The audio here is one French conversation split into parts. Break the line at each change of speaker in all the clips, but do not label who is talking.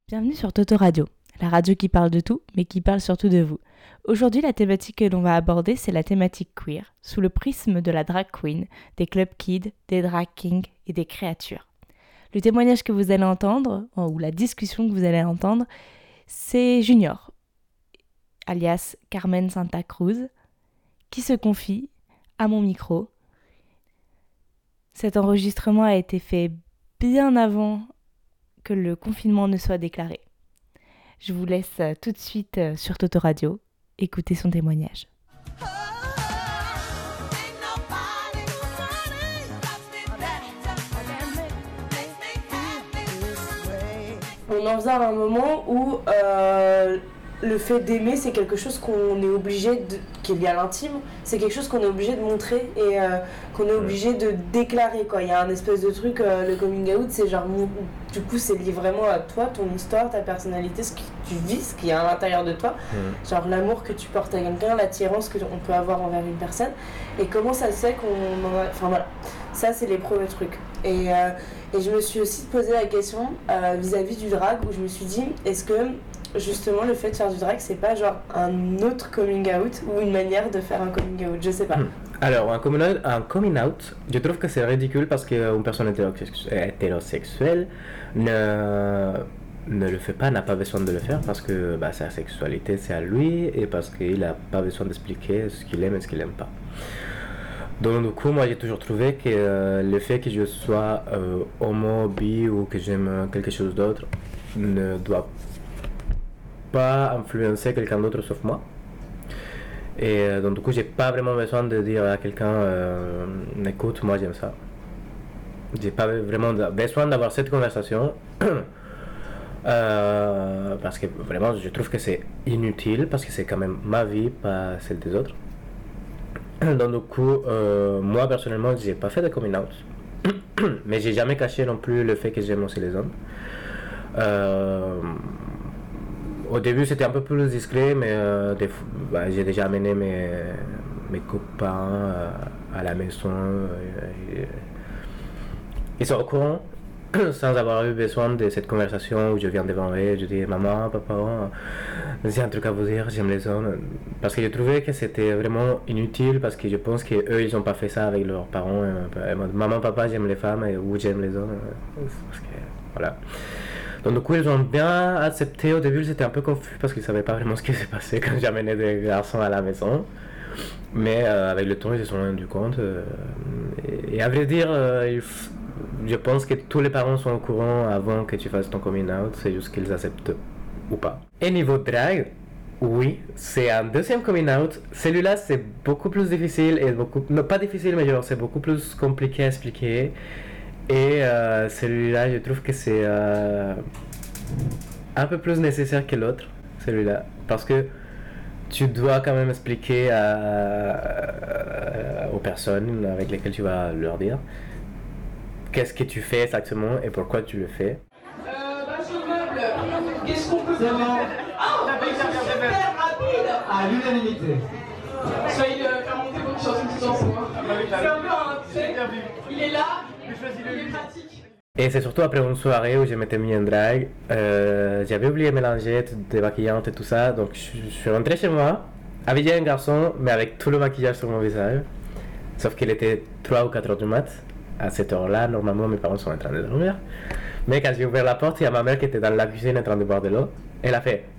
Bienvenue sur Toto Radio, la radio qui parle de tout, mais qui parle surtout de vous. Aujourd'hui, la thématique que l'on va aborder, c'est la thématique queer, sous le prisme de la drag queen, des club kids, des drag kings et des créatures. Le témoignage que vous allez entendre, ou la discussion que vous allez entendre, c'est Junior, alias Carmen Santa Cruz, qui se confie à mon micro. Cet enregistrement a été fait bien avant que le confinement ne soit déclaré. Je vous laisse tout de suite sur Toto Radio écouter son témoignage. On en vient à un moment où le fait d'aimer, c'est quelque chose qu'on est obligé de, qui est lié à l'intime, c'est quelque chose qu'on est obligé de montrer et qu'on est obligé de déclarer, quoi. Il y a un espèce de truc, le coming out, c'est genre, du coup, c'est lié vraiment à toi, ton histoire, ta personnalité, ce que tu vis, ce qu'il y a à l'intérieur de toi, genre l'amour que tu portes à quelqu'un, l'attirance que on peut avoir envers une personne, et comment ça se fait qu'on en a... Enfin voilà, ça c'est les premiers trucs. Et je me suis aussi posé la question vis-à-vis du drag, où je me suis dit, est-ce que justement le fait de faire du drag, c'est pas genre un autre coming out ou une manière de faire un coming out, je sais pas.
Alors, un coming out, je trouve que c'est ridicule parce qu'une personne hétérosexuelle ne le fait pas, n'a pas besoin de le faire parce que sa sexualité c'est à lui et parce qu'il n'a pas besoin d'expliquer ce qu'il aime et ce qu'il n'aime pas. Donc du coup, moi j'ai toujours trouvé que le fait que je sois homo, bi ou que j'aime quelque chose d'autre ne doit pas influencer quelqu'un d'autre sauf moi. Et donc du coup, j'ai pas vraiment besoin de dire à quelqu'un écoute, moi j'aime ça. J'ai pas vraiment besoin d'avoir cette conversation parce que vraiment je trouve que c'est inutile parce que c'est quand même ma vie, pas celle des autres. Donc du coup, moi personnellement, j'ai pas fait de coming out, mais j'ai jamais caché non plus le fait que j'aime aussi les hommes. Au début, c'était un peu plus discret, mais j'ai déjà amené mes copains à la maison. Ils sont au courant, sans avoir eu besoin de cette conversation où je viens devant eux, je dis maman, papa, j'ai un truc à vous dire, j'aime les hommes. Parce que je trouvais que c'était vraiment inutile, parce que je pense qu'eux, ils n'ont pas fait ça avec leurs parents. Maman, papa, j'aime les femmes, ou j'aime les hommes. Parce que, voilà. Donc du coup, ils ont bien accepté. Au début, j'étais un peu confus parce qu'ils ne savaient pas vraiment ce qui s'est passé quand j'amenais des garçons à la maison. Mais avec le temps, ils se sont rendus compte. Et à vrai dire, je pense que tous les parents sont au courant avant que tu fasses ton coming out. C'est juste qu'ils acceptent ou pas. Et niveau drag, oui, c'est un deuxième coming out. Celui-là, c'est beaucoup plus difficile et non, pas difficile, mais genre, c'est beaucoup plus compliqué à expliquer. Et celui-là, je trouve que c'est un peu plus nécessaire que l'autre, celui-là. Parce que tu dois quand même expliquer aux personnes avec lesquelles tu vas leur dire qu'est-ce que tu fais exactement et pourquoi tu le fais.
Qu'est-ce qu'on peut faire? Ah, on a fait super rapide. À l'unanimité. Soyez faire monter votre chanson tous ensemble. C'est un peu un trait. Il est là, il est pratique.
Et c'est surtout après une soirée où je m'étais mis en drag. J'avais oublié mélanger des maquillantes et tout ça. Donc je suis rentré chez moi, habillé un garçon, mais avec tout le maquillage sur mon visage. Sauf qu'il était 3 ou 4 heures du mat. À cette heure-là, normalement, mes parents sont en train de dormir. Mais quand j'ai ouvert la porte, il y a ma mère qui était dans la cuisine en train de boire de l'eau. Elle a fait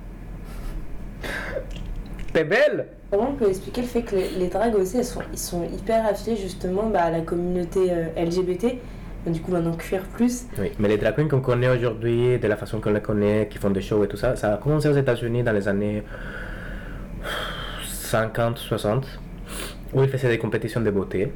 t'es belle!
Comment on peut expliquer le fait que les drags aussi, ils sont hyper affiliés justement à la communauté LGBT, du coup maintenant queer plus.
Oui, mais les drag queens qu'on connaît aujourd'hui, de la façon qu'on les connaît, qui font des shows et tout ça, ça a commencé aux États-Unis dans les années 50-60, où ils faisaient des compétitions de beauté,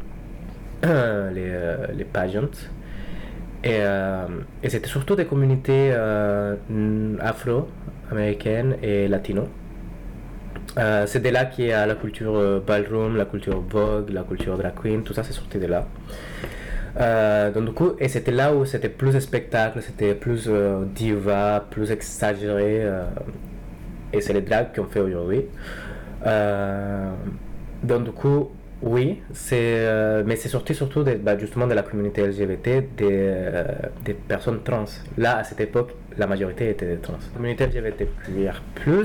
les pageants. Et c'était surtout des communautés afro-américaines et latino. C'est de là qu'il y a la culture ballroom, la culture Vogue, la culture drag queen, tout ça c'est sorti de là. Donc du coup, et c'était là où c'était plus de spectacle, c'était plus diva, plus exagéré, et c'est les drags qu'on fait aujourd'hui. Donc du coup, Oui, mais c'est surtout justement de la communauté LGBT, des personnes trans. Là, à cette époque, la majorité était des trans. La communauté LGBTQIR+,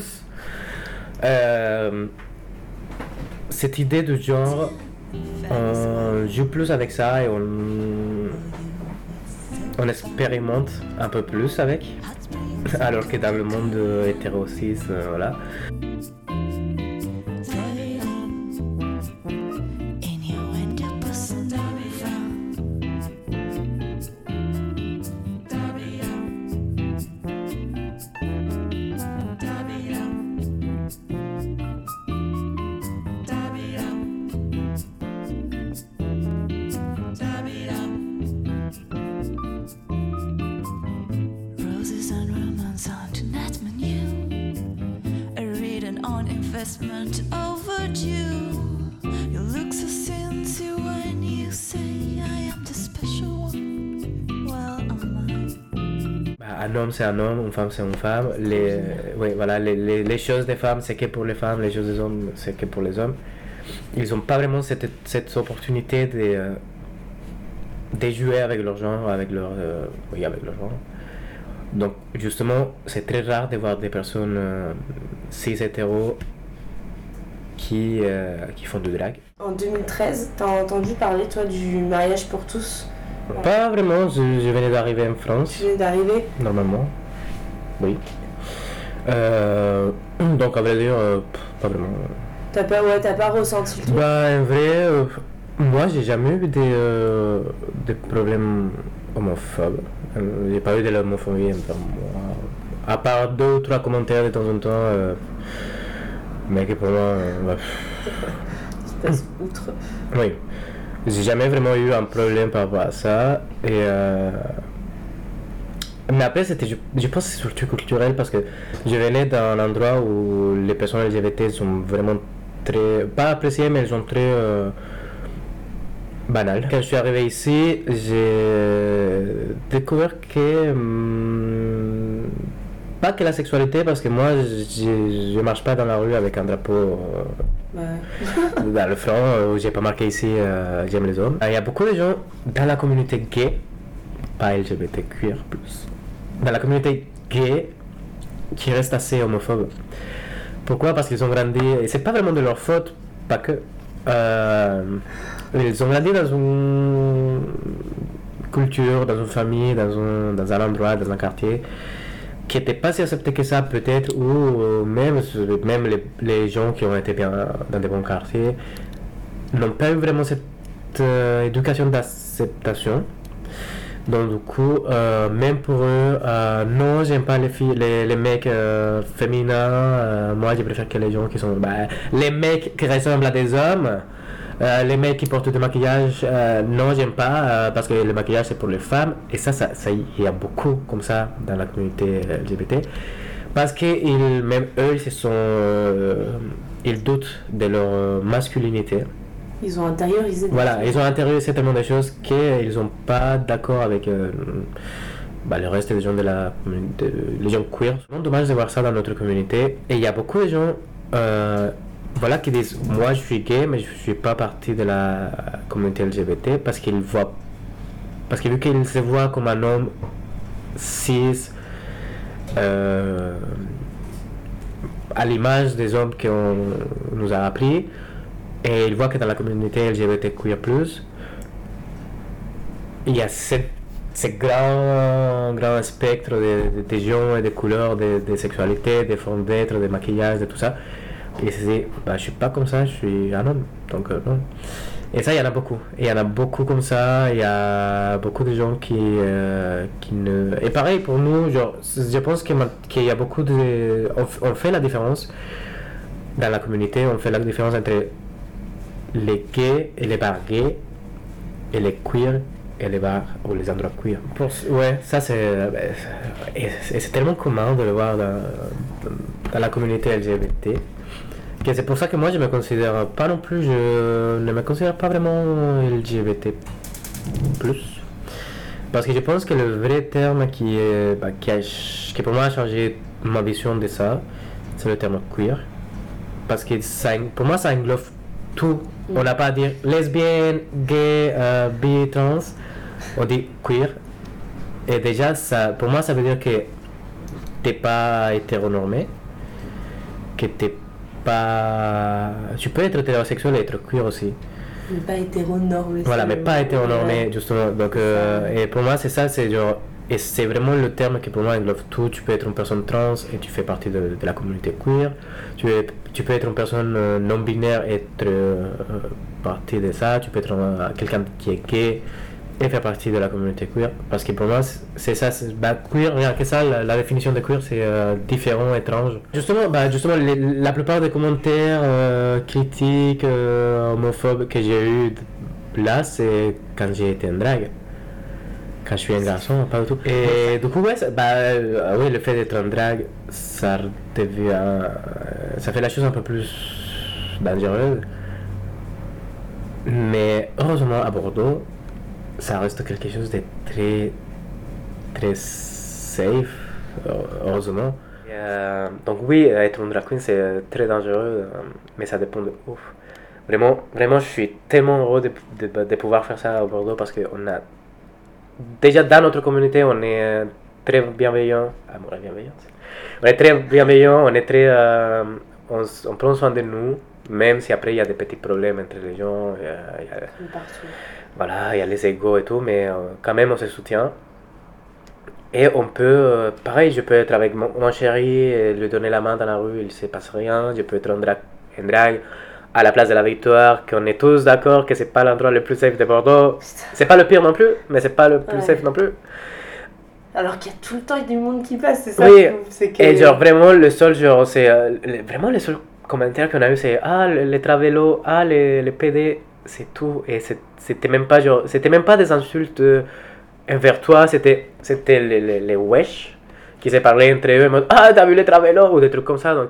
cette idée de genre, on joue plus avec ça et on expérimente un peu plus avec, alors que dans le monde hétéro-cis, voilà. Un homme c'est un homme, une femme c'est une femme. Les choses des femmes c'est que pour les femmes, les choses des hommes c'est que pour les hommes. Ils n'ont pas vraiment cette opportunité de jouer avec leur genre, avec leur genre. Donc justement, c'est très rare de voir des personnes cis hétéros qui font du drag.
En 2013, t'as entendu parler toi du mariage pour tous?
Pas vraiment, je venais d'arriver en France.
Tu venais d'arriver?
Normalement, oui. Donc à vrai dire, pas vraiment.
T'as pas ressenti le truc?
En vrai, moi j'ai jamais eu des problèmes homophobes. J'ai pas eu de l'homophobie envers moi. À part 2 ou 3 commentaires de temps en temps, mais que pour moi...
Tu passes outre.
Oui. J'ai jamais vraiment eu un problème par rapport à ça. Mais après, je pense que c'est surtout culturel parce que je venais d'un endroit où les personnes LGBT sont vraiment très, pas appréciées, mais elles sont très banales. Quand je suis arrivé ici, j'ai découvert que, pas que la sexualité, parce que moi, je marche pas dans la rue avec un drapeau dans le front, où j'ai pas marqué ici j'aime les hommes. Il y a beaucoup de gens dans la communauté gay, pas LGBTQIR+, dans la communauté gay qui restent assez homophobes. Pourquoi? Parce qu'ils ont grandi, et c'est pas vraiment de leur faute, pas que. Ils ont grandi dans une culture, dans une famille, dans un endroit, dans un quartier qui n'était pas si accepté que ça peut-être, ou même les gens qui ont été bien dans des bons quartiers n'ont pas eu vraiment cette éducation d'acceptation. Donc du coup, même pour eux, non, j'aime pas les mecs féminins, moi je préfère que les gens qui sont... les mecs qui ressemblent à des hommes, les mecs qui portent du maquillage, non, j'aime pas, parce que le maquillage c'est pour les femmes, et ça il y a beaucoup comme ça dans la communauté LGBT, parce que même eux, ils doutent de leur masculinité.
Ils ont intériorisé.
Ils ont intériorisé tellement de choses qu'ils sont pas d'accord avec le reste des gens de la communauté, les gens queer. C'est vraiment dommage de voir ça dans notre communauté. Et il y a beaucoup de gens qui disent moi je suis gay mais je suis pas partie de la communauté LGBT parce que vu qu'ils se voient comme un homme cis à l'image des hommes qu'on nous a appris. Et il voit que dans la communauté LGBTQIA+, il y a ce grand spectre de gens et de couleurs, de sexualité, de formes d'être, de maquillage, de tout ça. Et c'est je suis pas comme ça, je suis un homme. Donc non. Et ça, il y en a beaucoup. Et il y en a beaucoup comme ça. Il y a beaucoup de gens qui ne... Et pareil pour nous, je pense qu'il y a beaucoup de... On fait la différence dans la communauté, on fait la différence entre les gays et les bars gays et les queers et les bars ou les endroits queer. Ouais, ça c'est tellement commun de le voir dans la communauté LGBT que c'est pour ça que moi je me considère pas non plus, je ne me considère pas vraiment LGBT+. Parce que je pense que le vrai terme qui pour moi a changé ma vision de ça, c'est le terme queer. Parce que pour moi ça englobe tout. On n'a pas à dire lesbienne, gay, bi, trans. On dit queer. Et déjà, ça, pour moi, ça veut dire que t'es pas hétéronormé. Que t'es pas... Tu peux être hétérosexuel et être queer aussi.
Mais pas hétéronormé.
Voilà, mais pas hétéronormé, justement. Donc, et pour moi, c'est ça, c'est genre... Et c'est vraiment le terme qui pour moi englobe tout. Tu peux être une personne trans et tu fais partie de la communauté queer. Tu peux être une personne non binaire et être partie de ça. Tu peux être quelqu'un qui est gay et faire partie de la communauté queer. Parce que pour moi, c'est ça. Queer, regarde que ça, la définition de queer, c'est différent, étrange. Justement, la plupart des commentaires critiques, homophobes que j'ai eu là, c'est quand j'ai été en drague. Quand je suis un garçon, pas du tout. Et du coup, ouais, oui, le fait d'être en drague, ça devient. Ça fait la chose un peu plus dangereuse. Mais heureusement, à Bordeaux, ça reste quelque chose de très. très safe, heureusement. Donc, oui, être une drag queen, c'est très dangereux, mais ça dépend de ouf. Vraiment, vraiment, je suis tellement heureux de pouvoir faire ça à Bordeaux parce qu'on a. Déjà dans notre communauté, on est très bienveillant. Amour et bienveillance. On est très bienveillant, on est très. On prend soin de nous, même si après il y a des petits problèmes entre les gens. Voilà, il y a les égos et tout, mais quand même on se soutient. Et on peut. Pareil, je peux être avec mon chéri et lui donner la main dans la rue, il ne se passe rien. Je peux être en drague à la place de la Victoire, qu'on est tous d'accord que c'est pas l'endroit le plus safe de Bordeaux. C'est pas le pire non plus, mais c'est pas le plus safe non plus.
Alors qu'il y a tout le temps du monde qui passe, c'est ça.
Oui, et genre vraiment le seul genre, c'est vraiment le seul commentaire qu'on a eu, c'est les travelos, les PD, c'est tout. Et c'était même pas genre, c'était même pas des insultes envers toi, c'était les wesh qui se parlaient entre eux, en mode t'as vu les travelos ou des trucs comme ça donc.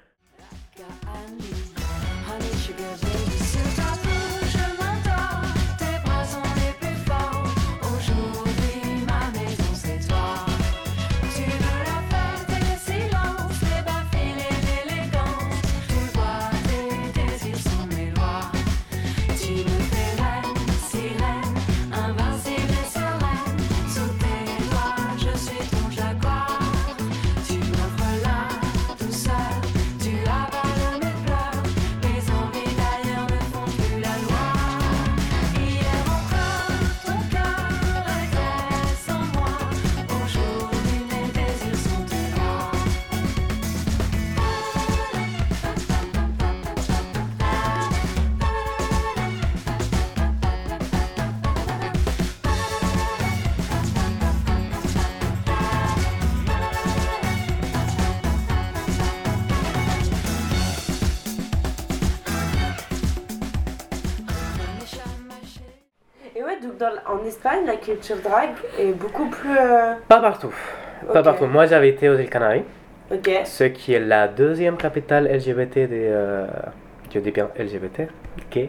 En Espagne, la culture drag est beaucoup plus...
Pas partout. Pas partout. Moi, j'avais été aux îles Canaries.
Ok.
Ce qui est la deuxième capitale LGBT je dis bien LGBT, gay,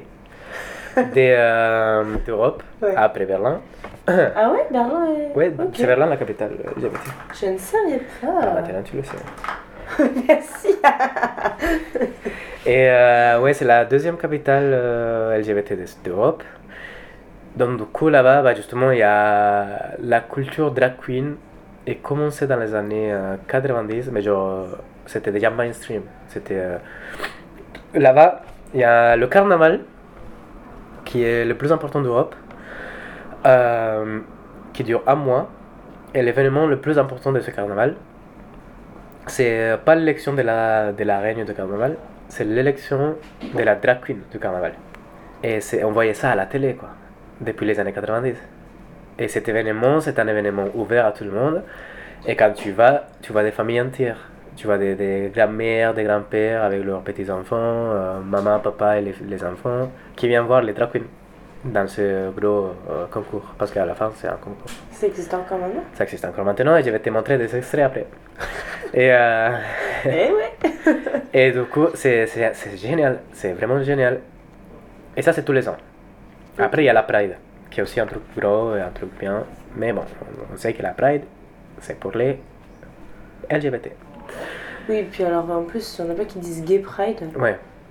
d'Europe, après Berlin.
Ah ouais, Berlin est...
Ouais, c'est Berlin la capitale LGBT.
Je ne savais pas.
Maintenant, tu le sais.
Merci.
Et ouais, c'est la deuxième capitale LGBT d'Europe. Donc du coup là-bas, justement, il y a la culture drag queen est commencée dans les années 90, mais genre c'était déjà mainstream. C'était là-bas, il y a le carnaval qui est le plus important d'Europe, qui dure un mois. Et l'événement le plus important de ce carnaval, c'est pas l'élection de la reine du carnaval, c'est l'élection de la drag queen du carnaval. Et on voyait ça à la télé, quoi. Depuis les années 90. Et cet événement, c'est un événement ouvert à tout le monde. Et quand tu vois des familles entières. Tu vois des grands-mères, des grands-pères avec leurs petits-enfants, maman, papa et les enfants, qui viennent voir les drag queens dans ce gros concours. Parce qu'à la fin, c'est un concours.
Ça existe encore maintenant?
Ça existe encore maintenant et je vais te montrer des extraits après. Et
ouais.
Et du coup, c'est génial. C'est vraiment génial. Et ça, c'est tous les ans. Après, il y a la Pride, qui est aussi un truc gros et un truc bien. Mais bon, on sait que la Pride, c'est pour les LGBT.
Oui, puis alors en plus, il y en a pas qui disent Gay Pride.
Ouais.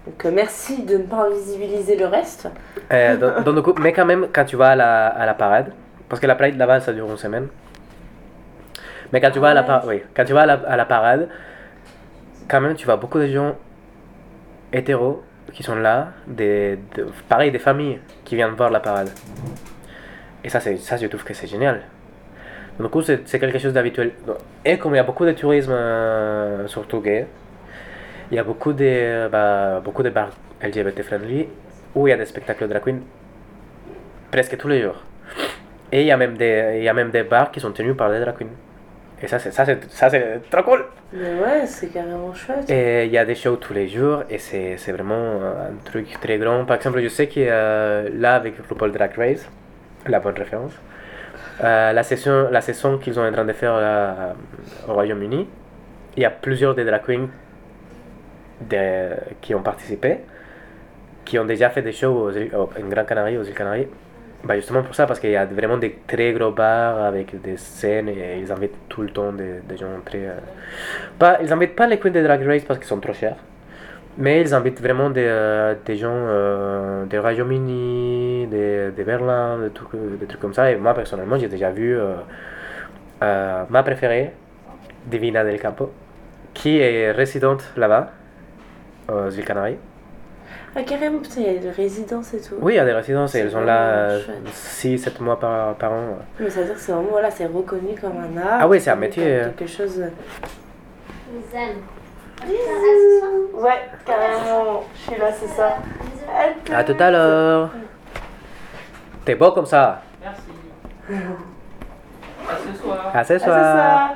Donc merci de ne pas invisibiliser le reste.
Donc, du coup, mais quand même, quand tu vas à la parade, parce que la parade là-bas, ça dure une semaine. Mais quand tu vas quand tu vas à la parade, quand même, tu vois beaucoup de gens hétéros qui sont là, pareil, des familles qui viennent voir la parade. Et ça, je trouve que c'est génial. Donc, du coup, c'est quelque chose d'habituel. Et comme il y a beaucoup de tourisme, surtout gay, il y a beaucoup de bars LGBT friendly où il y a des spectacles drag queen presque tous les jours. Et il y a même des bars qui sont tenus par des drag queens. Et ça, c'est trop cool!
Mais ouais, c'est carrément chouette.
Et il y a des shows tous les jours et c'est vraiment un truc très grand. Par exemple, je sais que là, avec RuPaul Drag Race, la bonne référence, la saison qu'ils sont en train de faire là, au Royaume-Uni, il y a plusieurs des drag queens qui ont participé, qui ont déjà fait des shows en Grande Canarie, aux îles Canaries. Bah justement pour ça, parce qu'il y a vraiment des très gros bars avec des scènes et ils invitent tout le temps des gens très... ils n'invitent pas les queens de Drag Race parce qu'ils sont trop chers, mais ils invitent vraiment des gens des Royaume-Uni, de Berlin, des trucs comme ça. Et moi personnellement, j'ai déjà vu ma préférée, Divina Del Campo, qui est résidente là-bas, aux îles Canaries.
Ah carrément, putain, il y a des résidences et tout.
Oui, il y a des résidences et elles sont là
chouette.
6-7 mois par an.
Mais ça veut dire que c'est vraiment, voilà, c'est reconnu comme un art.
Ah oui, c'est un
reconnu
métier.
comme quelque chose...
Zen.
Ouais, carrément, je suis là, c'est ça.
À tout à l'heure. T'es beau comme ça.
Merci. À ce soir.
À ce
Ah, c'est
soir.
ça.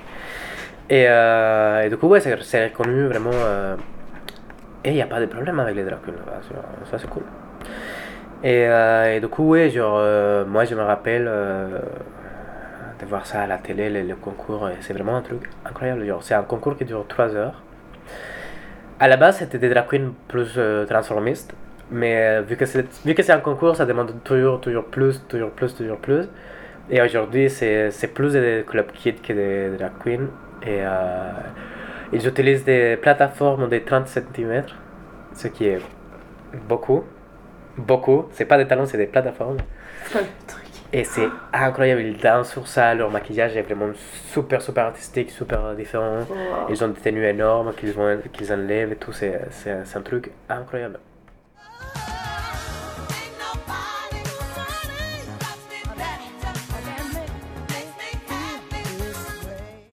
Et du coup, ouais, c'est reconnu vraiment. Et il n'y a pas de problème avec les drag queens là-bas. Ça, c'est cool. Et du coup, ouais, genre, moi, je me rappelle de voir ça à la télé, le concours. Et c'est vraiment un truc incroyable. Genre, c'est un concours qui dure 3 heures. À la base, c'était des drag queens plus transformistes. Mais vu que c'est un concours, ça demande toujours plus. Et aujourd'hui, c'est plus des club kids que des drag queens. Et ils utilisent des plateformes de 30 cm, ce qui est beaucoup. C'est pas des talons, c'est des plateformes.
C'est le truc.
Et c'est incroyable, ils dansent sur ça, leur maquillage est vraiment super artistique, super différent.
Wow.
Ils ont des tenues énormes qu'ils enlèvent et tout, c'est un truc incroyable.